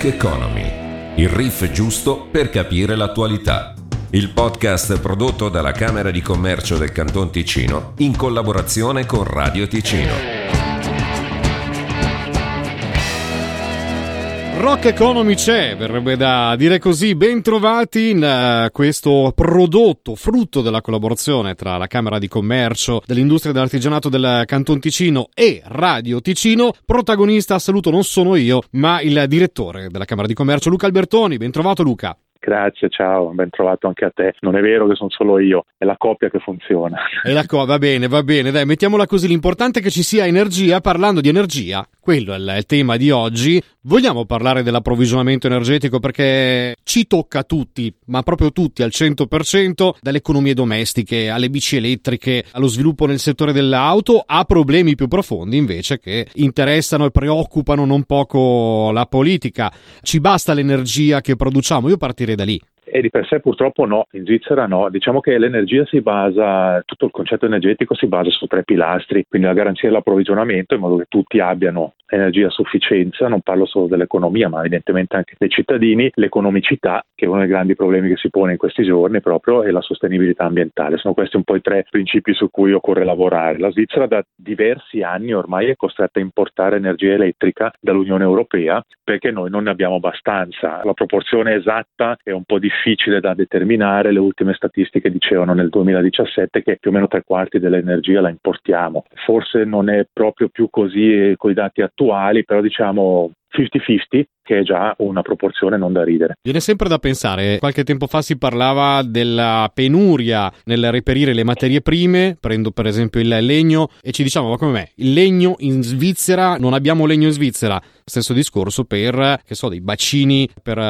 Economy, il riff giusto per capire l'attualità. Il podcast prodotto dalla Camera di Commercio del Canton Ticino in collaborazione con Radio Ticino. Rock Economy c'è, verrebbe da dire così. Ben trovati in questo prodotto frutto della collaborazione tra la Camera di Commercio dell'Industria e dell'Artigianato del Canton Ticino e Radio Ticino. Protagonista assoluto non sono io, ma il direttore della Camera di Commercio, Luca Albertoni. Ben trovato, Luca. Grazie, ciao, ben trovato anche a te. Non è vero che sono solo io, è la coppia che funziona. Va bene, dai, mettiamola così. L'importante è che ci sia energia. Parlando di energia, quello è il tema di oggi. Vogliamo parlare dell'approvvigionamento energetico perché ci tocca a tutti, ma proprio tutti al 100%, dalle economie domestiche alle bici elettriche, allo sviluppo nel settore dell'auto, a problemi più profondi invece che interessano e preoccupano non poco la politica. Ci basta l'energia che produciamo? Io partirei da lì. E di per sé purtroppo no, in Svizzera no. Diciamo che l'energia tutto il concetto energetico si basa su 3 pilastri, quindi la garanzia dell'approvvigionamento in modo che tutti abbiano energia a sufficienza, non parlo solo dell'economia ma evidentemente anche dei cittadini, l'economicità, che è uno dei grandi problemi che si pone in questi giorni proprio, e la sostenibilità ambientale. Sono questi un po' i 3 principi su cui occorre lavorare. La Svizzera da diversi anni ormai è costretta a importare energia elettrica dall'Unione Europea perché noi non ne abbiamo abbastanza. La proporzione esatta è un po' difficile da determinare. Le ultime statistiche dicevano nel 2017 che più o meno 3/4 dell'energia la importiamo. Forse non è proprio più così coi dati attuali, però diciamo 50-50, che è già una proporzione non da ridere. Viene sempre da pensare, qualche tempo fa si parlava della penuria nel reperire le materie prime, prendo per esempio il legno e ci diciamo, ma come me, il legno in Svizzera, non abbiamo legno in Svizzera. Stesso discorso per, dei bacini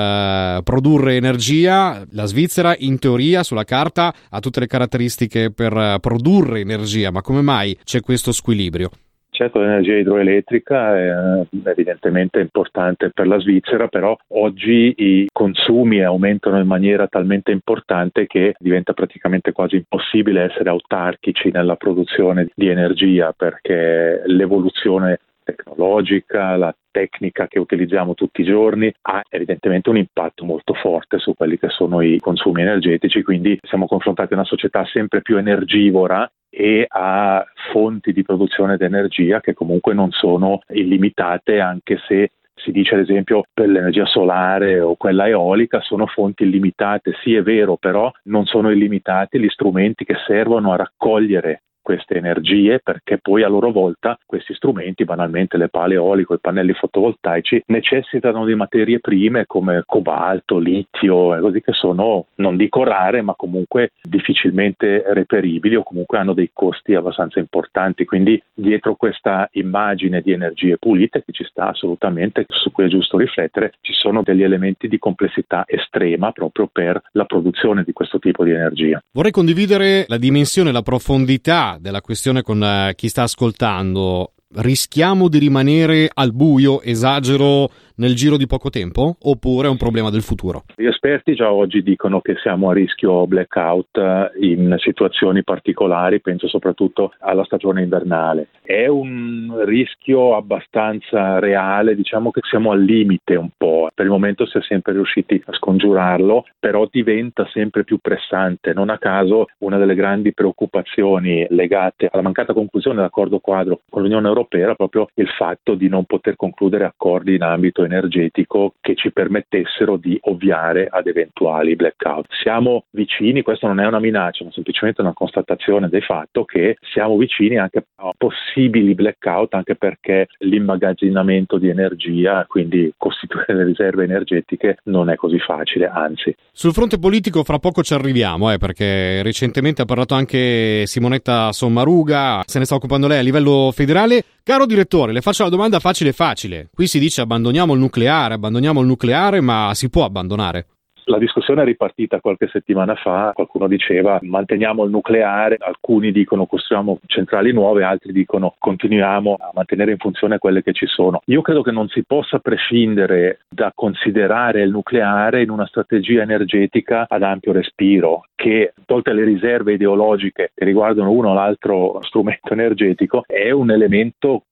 per produrre energia. La Svizzera in teoria sulla carta ha tutte le caratteristiche per produrre energia, ma come mai c'è questo squilibrio? Certo, l'energia idroelettrica è evidentemente importante per la Svizzera, però oggi i consumi aumentano in maniera talmente importante che diventa praticamente quasi impossibile essere autarchici nella produzione di energia, perché l'evoluzione tecnologica, la tecnica che utilizziamo tutti i giorni ha evidentemente un impatto molto forte su quelli che sono i consumi energetici, quindi siamo confrontati a una società sempre più energivora e a fonti di produzione di energia che comunque non sono illimitate, anche se si dice ad esempio per l'energia solare o quella eolica sono fonti illimitate. Sì, è vero, però non sono illimitati gli strumenti che servono a raccogliere queste energie, perché poi a loro volta questi strumenti, banalmente le pale eoliche o i pannelli fotovoltaici, necessitano di materie prime come cobalto, litio e così, che sono, non dico rare, ma comunque difficilmente reperibili o comunque hanno dei costi abbastanza importanti. Quindi dietro questa immagine di energie pulite, che ci sta assolutamente, su cui è giusto riflettere, ci sono degli elementi di complessità estrema proprio per la produzione di questo tipo di energia. Vorrei condividere la dimensione, la profondità della questione con chi sta ascoltando. Rischiamo di rimanere al buio, esagero, nel giro di poco tempo, oppure è un problema del futuro? Gli esperti già oggi dicono che siamo a rischio blackout in situazioni particolari, penso soprattutto alla stagione invernale. È un rischio abbastanza reale, diciamo che siamo al limite un po'. Per il momento si è sempre riusciti a scongiurarlo, però diventa sempre più pressante. Non a caso una delle grandi preoccupazioni legate alla mancata conclusione dell'accordo quadro con l'Unione Europea era proprio il fatto di non poter concludere accordi in ambito energetico che ci permettessero di ovviare ad eventuali blackout. Siamo vicini, questo non è una minaccia, ma semplicemente una constatazione del fatto che siamo vicini anche a possibili blackout, anche perché l'immagazzinamento di energia, quindi costituire le riserve energetiche, non è così facile, anzi. Sul fronte politico fra poco ci arriviamo, perché recentemente ha parlato anche Simonetta Sommaruga, se ne sta occupando lei a livello federale. Caro direttore, le faccio la domanda facile. Qui si dice abbandoniamo il nucleare, ma si può abbandonare? La discussione è ripartita qualche settimana fa, qualcuno diceva manteniamo il nucleare, alcuni dicono costruiamo centrali nuove, altri dicono continuiamo a mantenere in funzione quelle che ci sono. Io credo che non si possa prescindere da considerare il nucleare in una strategia energetica ad ampio respiro, che tolte le riserve ideologiche che riguardano uno o l'altro strumento energetico, è un elemento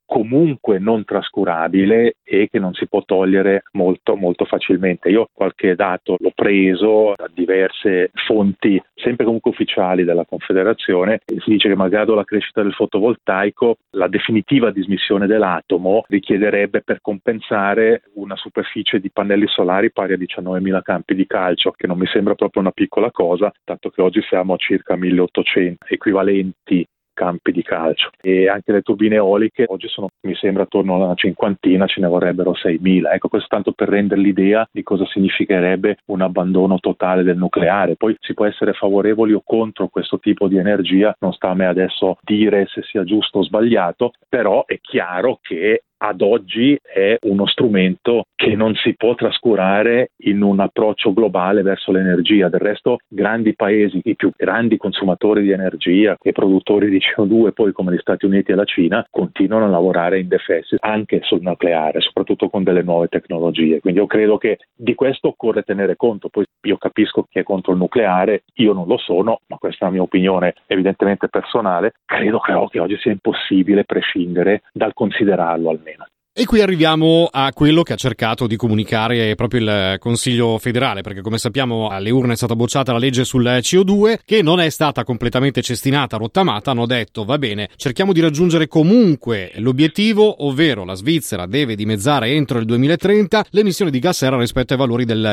comunque non trascurabile e che non si può togliere molto molto facilmente. Io qualche dato l'ho preso da diverse fonti, sempre comunque ufficiali della Confederazione, e si dice che malgrado la crescita del fotovoltaico, la definitiva dismissione dell'atomo richiederebbe per compensare una superficie di pannelli solari pari a 19.000 campi di calcio, che non mi sembra proprio una piccola cosa, tanto che oggi siamo a circa 1.800 equivalenti campi di calcio, e anche le turbine eoliche oggi sono, mi sembra, attorno a una cinquantina, ce ne vorrebbero 6.000. Ecco, questo tanto per rendere l'idea di cosa significherebbe un abbandono totale del nucleare. Poi si può essere favorevoli o contro questo tipo di energia, non sta a me adesso dire se sia giusto o sbagliato, però è chiaro che ad oggi è uno strumento che non si può trascurare in un approccio globale verso l'energia. Del resto, grandi paesi, i più grandi consumatori di energia e produttori di CO2, poi come gli Stati Uniti e la Cina, continuano a lavorare in deficit anche sul nucleare, soprattutto con delle nuove tecnologie. Quindi io credo che di questo occorre tenere conto. Poi io capisco chi è contro il nucleare, io non lo sono, ma questa è la mia opinione evidentemente personale. Credo però che oggi sia impossibile prescindere dal considerarlo almeno. E qui arriviamo a quello che ha cercato di comunicare proprio il Consiglio federale, perché come sappiamo alle urne è stata bocciata la legge sul CO2, che non è stata completamente cestinata, rottamata. Hanno detto: va bene, cerchiamo di raggiungere comunque l'obiettivo, ovvero la Svizzera deve dimezzare entro il 2030 le emissioni di gas serra rispetto ai valori del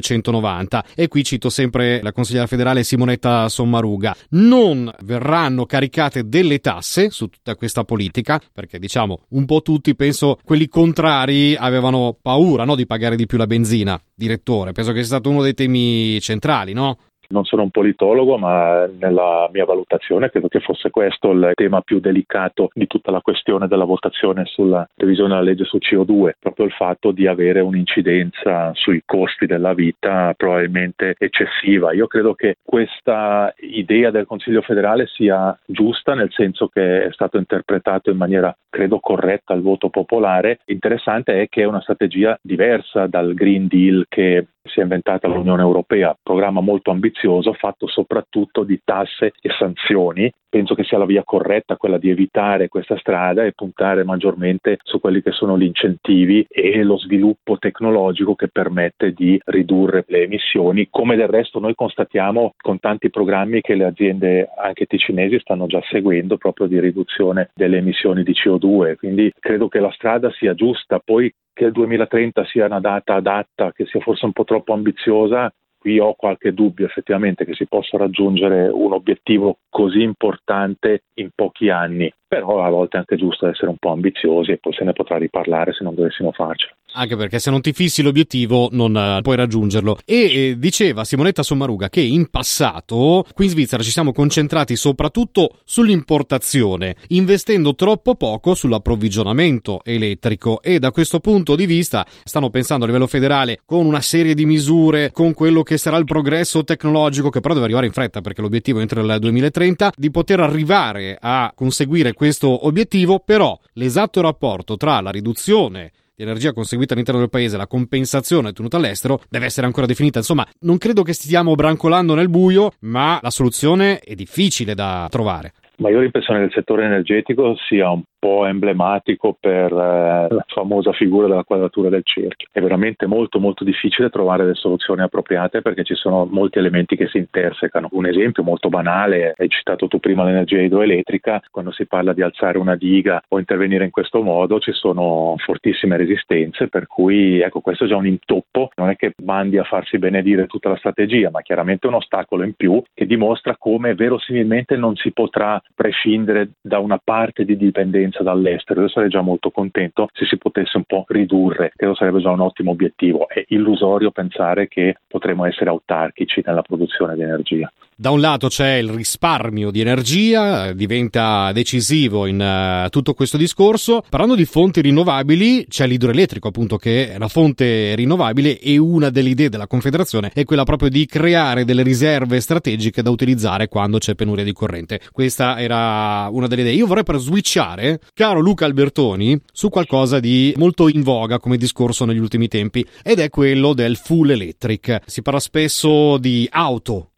1990. E qui cito sempre la consigliera federale Simonetta Sommaruga: non verranno caricate delle tasse su tutta questa politica, perché diciamo un po' tutti, penso quelli contrari, avevano paura, no, di pagare di più la benzina. Direttore, penso che sia stato uno dei temi centrali, no? Non sono un politologo, ma nella mia valutazione credo che fosse questo il tema più delicato di tutta la questione della votazione sulla revisione della legge sul CO2, proprio il fatto di avere un'incidenza sui costi della vita probabilmente eccessiva. Io credo che questa idea del Consiglio federale sia giusta, nel senso che è stato interpretato in maniera, credo, corretta al voto popolare. Interessante è che è una strategia diversa dal Green Deal che si è inventata l'Unione Europea, programma molto ambizioso, fatto soprattutto di tasse e sanzioni. Penso che sia la via corretta quella di evitare questa strada e puntare maggiormente su quelli che sono gli incentivi e lo sviluppo tecnologico che permette di ridurre le emissioni, come del resto noi constatiamo con tanti programmi che le aziende anche ticinesi stanno già seguendo, proprio di riduzione delle emissioni di CO2. Quindi credo che la strada sia giusta. Poi che il 2030 sia una data adatta, che sia forse un po' troppo ambiziosa, qui ho qualche dubbio effettivamente che si possa raggiungere un obiettivo così importante in pochi anni, però a volte è anche giusto essere un po' ambiziosi e poi se ne potrà riparlare se non dovessimo farcelo. Anche perché se non ti fissi l'obiettivo non puoi raggiungerlo. E diceva Simonetta Sommaruga che in passato qui in Svizzera ci siamo concentrati soprattutto sull'importazione, investendo troppo poco sull'approvvigionamento elettrico, e da questo punto di vista stanno pensando a livello federale con una serie di misure, con quello che sarà il progresso tecnologico, che però deve arrivare in fretta perché l'obiettivo è entro il 2030, di poter arrivare a conseguire questo obiettivo. Però l'esatto rapporto tra la riduzione di energia conseguita all'interno del paese e la compensazione tenuta all'estero deve essere ancora definita. Insomma, non credo che stiamo brancolando nel buio, ma la soluzione è difficile da trovare. Ma io ho l'impressione che il settore energetico sia un po' emblematico per la famosa figura della quadratura del cerchio. È veramente molto molto difficile trovare le soluzioni appropriate perché ci sono molti elementi che si intersecano. Un esempio molto banale, hai citato tu prima l'energia idroelettrica. Quando si parla di alzare una diga o intervenire in questo modo ci sono fortissime resistenze, per cui ecco, questo è già un intoppo. Non è che mandi a farsi benedire tutta la strategia, ma chiaramente un ostacolo in più che dimostra come verosimilmente non si potrà prescindere da una parte di dipendenza dall'estero. Io sarei già molto contento se si potesse un po' ridurre, credo sarebbe già un ottimo obiettivo. È illusorio pensare che potremo essere autarchici nella produzione di energia. Da un lato c'è il risparmio di energia, diventa decisivo in tutto questo discorso. Parlando di fonti rinnovabili, c'è l'idroelettrico, appunto, che è una fonte rinnovabile, e una delle idee della Confederazione è quella proprio di creare delle riserve strategiche da utilizzare quando c'è penuria di corrente. Questa era una delle idee. Io vorrei però switchare, caro Luca Albertoni, su qualcosa di molto in voga come discorso negli ultimi tempi, ed è quello del full electric. Si parla spesso di auto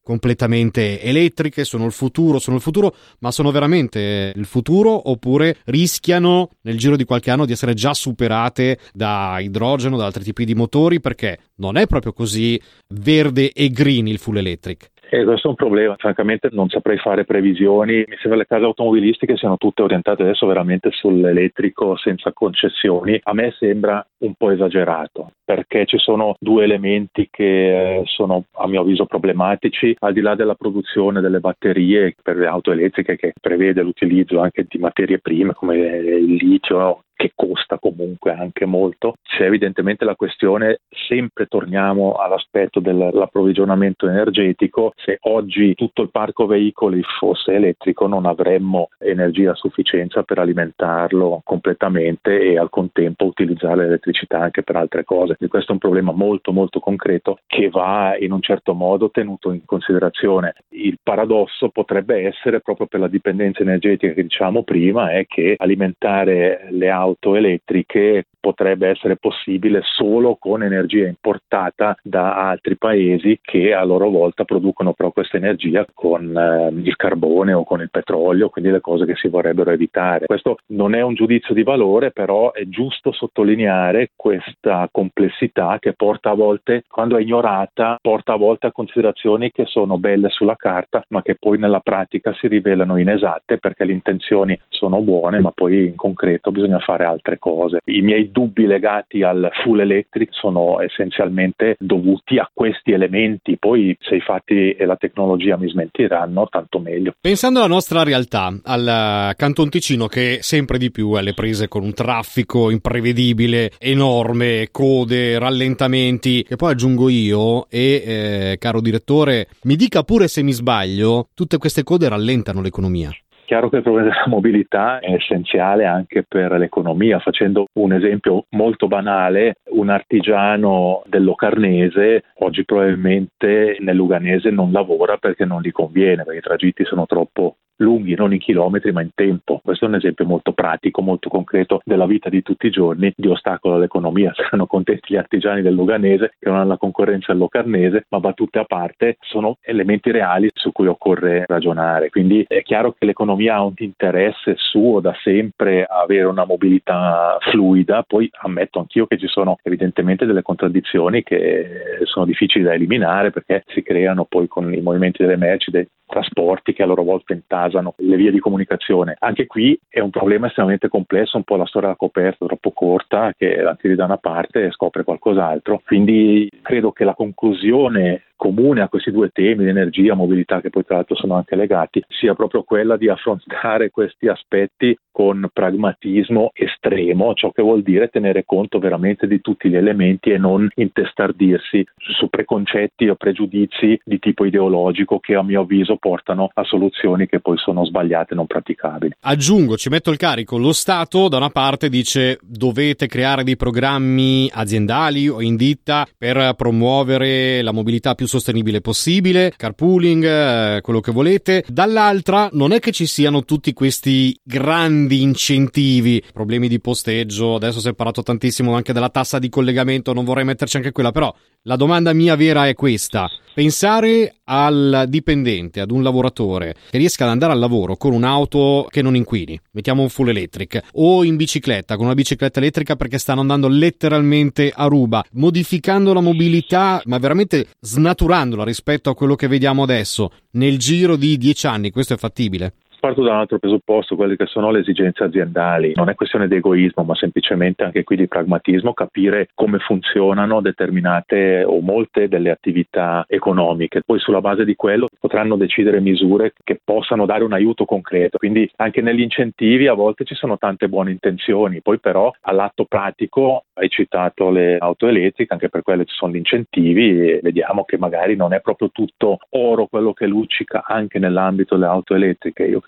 completamente elettriche, sono il futuro, ma sono veramente il futuro oppure rischiano nel giro di qualche anno di essere già superate da idrogeno, da altri tipi di motori, perché non è proprio così verde e green il full electric? Questo è un problema, francamente non saprei fare previsioni, mi sembra le case automobilistiche siano tutte orientate adesso veramente sull'elettrico senza concessioni, a me sembra un po' esagerato perché ci sono due elementi che sono a mio avviso problematici, al di là della produzione delle batterie per le auto elettriche che prevede l'utilizzo anche di materie prime come il litio, che costa comunque anche molto. C'è evidentemente la questione, sempre torniamo all'aspetto dell'approvvigionamento energetico, se oggi tutto il parco veicoli fosse elettrico non avremmo energia a sufficienza per alimentarlo completamente e al contempo utilizzare l'elettricità anche per altre cose. E questo è un problema molto molto concreto che va in un certo modo tenuto in considerazione. Il paradosso potrebbe essere, proprio per la dipendenza energetica che dicevamo prima, è che alimentare le auto elettriche potrebbe essere possibile solo con energia importata da altri paesi che a loro volta producono però questa energia con il carbone o con il petrolio, quindi le cose che si vorrebbero evitare. Questo non è un giudizio di valore, però è giusto sottolineare questa complessità che porta a volte, quando è ignorata, porta a volte a considerazioni che sono belle sulla carta ma che poi nella pratica si rivelano inesatte perché le intenzioni sono buone ma poi in concreto bisogna fare altre cose. I miei dubbi legati al full electric sono essenzialmente dovuti a questi elementi, poi se i fatti e la tecnologia mi smentiranno tanto meglio. Pensando alla nostra realtà, al Canton Ticino che sempre di più è alle prese con un traffico imprevedibile, enorme, code, rallentamenti, che poi aggiungo io caro direttore, mi dica pure se mi sbaglio, tutte queste code rallentano l'economia. Chiaro che il problema della mobilità è essenziale anche per l'economia. Facendo un esempio molto banale, un artigiano del Locarnese oggi probabilmente nel Luganese non lavora perché non gli conviene, perché i tragitti sono troppo lunghi, non in chilometri ma in tempo. Questo è un esempio molto pratico, molto concreto della vita di tutti i giorni, di ostacolo all'economia. Saranno contenti gli artigiani del Luganese che non hanno la concorrenza del Locarnese, ma battute a parte sono elementi reali su cui occorre ragionare. Quindi è chiaro che l'economia ha un interesse suo da sempre a avere una mobilità fluida, poi ammetto anch'io che ci sono evidentemente delle contraddizioni che sono difficili da eliminare perché si creano poi con i movimenti delle merci, dei trasporti che a loro volta intasano le vie di comunicazione. Anche qui è un problema estremamente complesso, un po' la storia coperta troppo corta che la tiri da una parte e scopre qualcos'altro. Quindi credo che la conclusione comune a questi due temi, l'energia, mobilità, che poi tra l'altro sono anche legati, sia proprio quella di affrontare questi aspetti con pragmatismo estremo, ciò che vuol dire tenere conto veramente di tutti gli elementi e non intestardirsi su preconcetti o pregiudizi di tipo ideologico che a mio avviso portano a soluzioni che poi sono sbagliate e non praticabili. Aggiungo, ci metto il carico, lo Stato da una parte dice dovete creare dei programmi aziendali o in ditta per promuovere la mobilità più sostenibile possibile, carpooling, quello che volete. Dall'altra non è che ci siano tutti questi grandi incentivi, problemi di posteggio, adesso si è parlato tantissimo anche della tassa di collegamento, non vorrei metterci anche quella, però la domanda mia vera è questa: pensare al dipendente, ad un lavoratore che riesca ad andare al lavoro con un'auto che non inquini, mettiamo un full electric, o in bicicletta, con una bicicletta elettrica perché stanno andando letteralmente a ruba, modificando la mobilità, ma veramente snaturandola rispetto a quello che vediamo adesso, nel giro di 10 anni, questo è fattibile? Parto da un altro presupposto, quelle che sono le esigenze aziendali. Non è questione di egoismo, ma semplicemente anche qui di pragmatismo, capire come funzionano determinate o molte delle attività economiche. Poi sulla base di quello potranno decidere misure che possano dare un aiuto concreto. Quindi anche negli incentivi a volte ci sono tante buone intenzioni, poi però all'atto pratico, hai citato le auto elettriche, anche per quelle ci sono gli incentivi e vediamo che magari non è proprio tutto oro quello che luccica anche nell'ambito delle auto elettriche. Io credo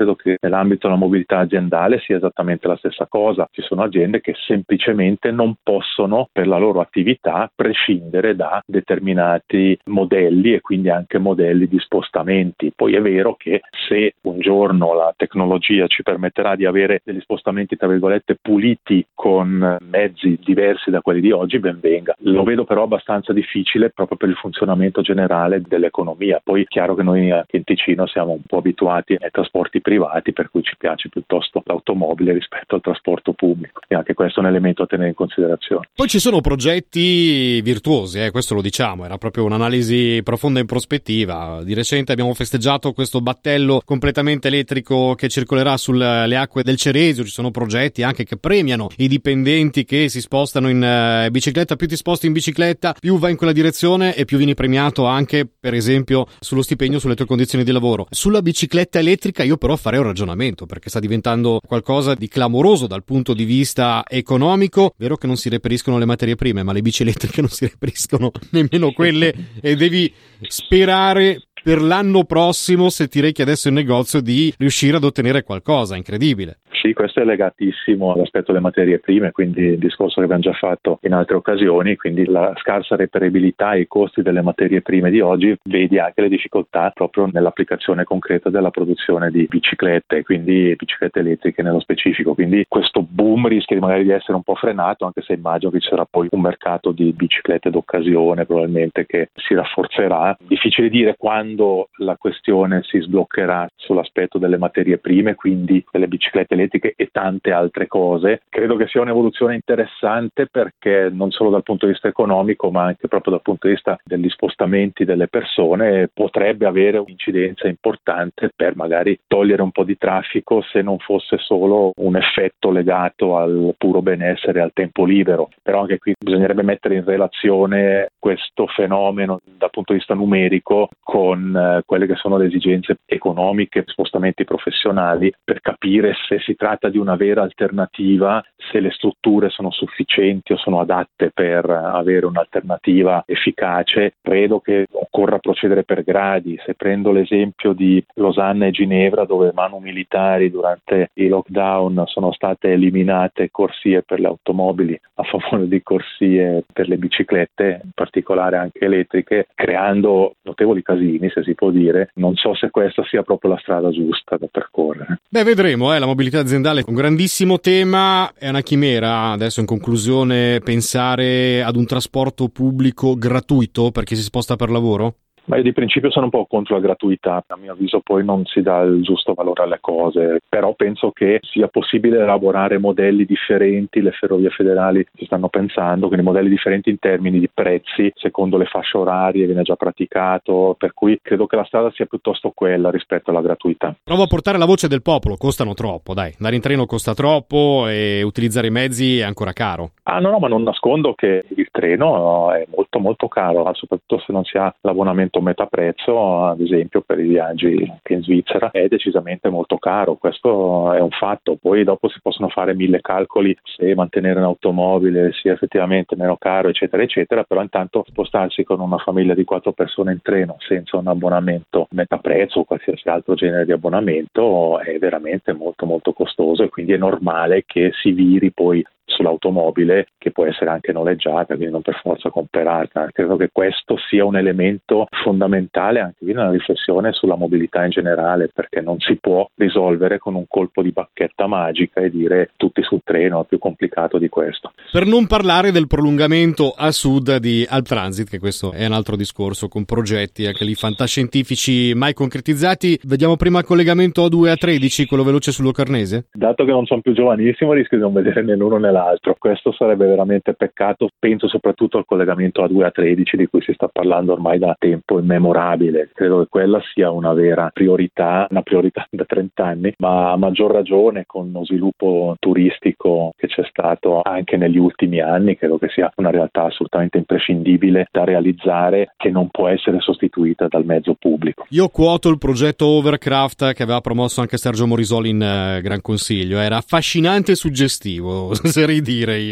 credo che nell'ambito della mobilità aziendale sia esattamente la stessa cosa. Ci sono aziende che semplicemente non possono per la loro attività prescindere da determinati modelli e quindi anche modelli di spostamenti. Poi è vero che se un giorno la tecnologia ci permetterà di avere degli spostamenti tra virgolette puliti con mezzi diversi da quelli di oggi, ben venga. Lo vedo però abbastanza difficile proprio per il funzionamento generale dell'economia. Poi è chiaro che noi anche in Ticino siamo un po' abituati ai trasporti privati, per cui ci piace piuttosto l'automobile rispetto al trasporto pubblico, e anche questo è un elemento a tenere in considerazione. Poi ci sono progetti virtuosi, questo lo diciamo, era proprio un'analisi profonda in prospettiva. Di recente abbiamo festeggiato questo battello completamente elettrico che circolerà sulle acque del Ceresio. Ci sono progetti anche che premiano i dipendenti che si spostano in bicicletta. Più ti sposti in bicicletta, più vai in quella direzione e più vieni premiato anche, per esempio, sullo stipendio, sulle tue condizioni di lavoro. Sulla bicicletta elettrica io però farei un ragionamento, perché sta diventando qualcosa di clamoroso dal punto di vista economico. Vero che non si reperiscono le materie prime, ma le bici elettriche non si reperiscono nemmeno quelle, e devi sperare per l'anno prossimo, se ti rechi adesso in negozio, di riuscire ad ottenere qualcosa. Incredibile. Sì, questo è legatissimo all'aspetto delle materie prime, quindi il discorso che abbiamo già fatto in altre occasioni, quindi la scarsa reperibilità e i costi delle materie prime di oggi, vedi anche le difficoltà proprio nell'applicazione concreta della produzione di biciclette, quindi biciclette elettriche nello specifico. Quindi questo boom rischia magari di essere un po' frenato, anche se immagino che ci sarà poi un mercato di biciclette d'occasione probabilmente che si rafforzerà. Difficile dire quando la questione si sbloccherà sull'aspetto delle materie prime, quindi delle biciclette elettriche e tante altre cose. Credo che sia un'evoluzione interessante, perché non solo dal punto di vista economico ma anche proprio dal punto di vista degli spostamenti delle persone potrebbe avere un'incidenza importante per magari togliere un po' di traffico, se non fosse solo un effetto legato al puro benessere e al tempo libero. Però anche qui bisognerebbe mettere in relazione questo fenomeno dal punto di vista numerico con quelle che sono le esigenze economiche, spostamenti professionali, per capire se si tratta di una vera alternativa, se le strutture sono sufficienti o sono adatte per avere un'alternativa efficace. Credo che occorra procedere per gradi. Se prendo l'esempio di Losanna e Ginevra, dove manu militari durante i lockdown sono state eliminate corsie per le automobili a favore di corsie per le biciclette, in particolare anche elettriche, creando notevoli casini, se si può dire, non so se questa sia proprio la strada giusta da percorrere. Vedremo, la mobilità aziendale è un grandissimo tema, è una chimera. Adesso in conclusione, pensare ad un trasporto pubblico gratuito per chi si sposta per lavoro? Ma io di principio sono un po' contro la gratuità, a mio avviso poi non si dà il giusto valore alle cose, però penso che sia possibile elaborare modelli differenti. Le ferrovie federali ci stanno pensando, quindi modelli differenti in termini di prezzi secondo le fasce orarie, viene già praticato, per cui credo che la strada sia piuttosto quella rispetto alla gratuità. Provo a portare la voce del popolo: costano troppo, dai, andare in treno costa troppo e utilizzare i mezzi è ancora caro. No, ma non nascondo che il treno è molto molto caro, soprattutto se non si ha l'abbonamento metà prezzo, ad esempio per i viaggi anche in Svizzera è decisamente molto caro. Questo è un fatto. Poi dopo si possono fare 1000 calcoli se mantenere un'automobile sia effettivamente meno caro, eccetera eccetera, però intanto spostarsi con una famiglia di 4 persone in treno senza un abbonamento metà prezzo o qualsiasi altro genere di abbonamento è veramente molto molto costoso, e quindi è normale che si viri poi sull'automobile, che può essere anche noleggiata, quindi non per forza comprarla. Credo che questo sia un elemento fondamentale anche qui nella riflessione sulla mobilità in generale, perché non si può risolvere con un colpo di bacchetta magica e dire tutti sul treno, è più complicato di questo. Per non parlare del prolungamento a sud di Alptransit, che questo è un altro discorso, con progetti anche lì fantascientifici mai concretizzati. Vediamo prima il collegamento A2 A13, quello veloce sul Locarnese? Dato che non sono più giovanissimo, rischio di non vedere né l'uno né l'altro. Questo sarebbe veramente peccato. Penso soprattutto al collegamento A2 A13 di cui si sta parlando ormai da tempo immemorabile. Credo che quella sia una vera priorità, una priorità da 30 anni, ma a maggior ragione con lo sviluppo turistico che c'è stato anche negli ultimi anni. Credo che sia una realtà assolutamente imprescindibile da realizzare, che non può essere sostituita dal mezzo pubblico. Io quoto il progetto Overcraft che aveva promosso anche Sergio Morisoli in Gran Consiglio. Era affascinante e suggestivo, oserei dire io.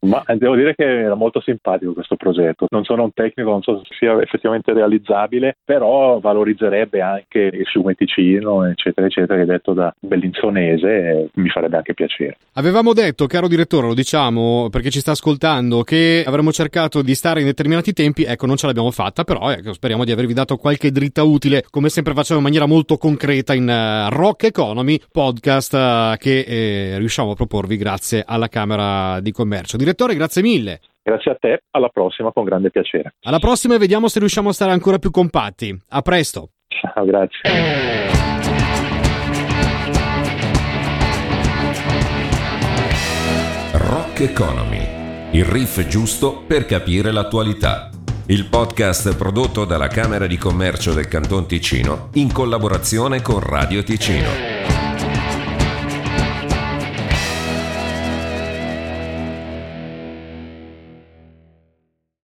Ma devo dire che era molto simpatico questo progetto. Non sono un tecnico, non so se sia effettivamente realizzabile, però valorizzerebbe anche il fiume Ticino, eccetera, eccetera, che è detto da bellinzonese, e mi farebbe anche piacere. Avevamo detto, caro direttore, lo diciamo perché ci sta ascoltando, che avremmo cercato di stare in determinati tempi, ecco, non ce l'abbiamo fatta, però speriamo di avervi dato qualche dritta utile, come sempre facciamo in maniera molto concreta in Rock Economy, podcast che riusciamo a proporvi grazie alla Camera di Commercio. Direttore, grazie mille. Grazie a te, alla prossima, con grande piacere. Alla prossima e vediamo se riusciamo a stare ancora più compatti. A presto. Ciao, grazie. Rock Economy, il riff giusto per capire l'attualità. Il podcast prodotto dalla Camera di Commercio del Canton Ticino in collaborazione con Radio Ticino.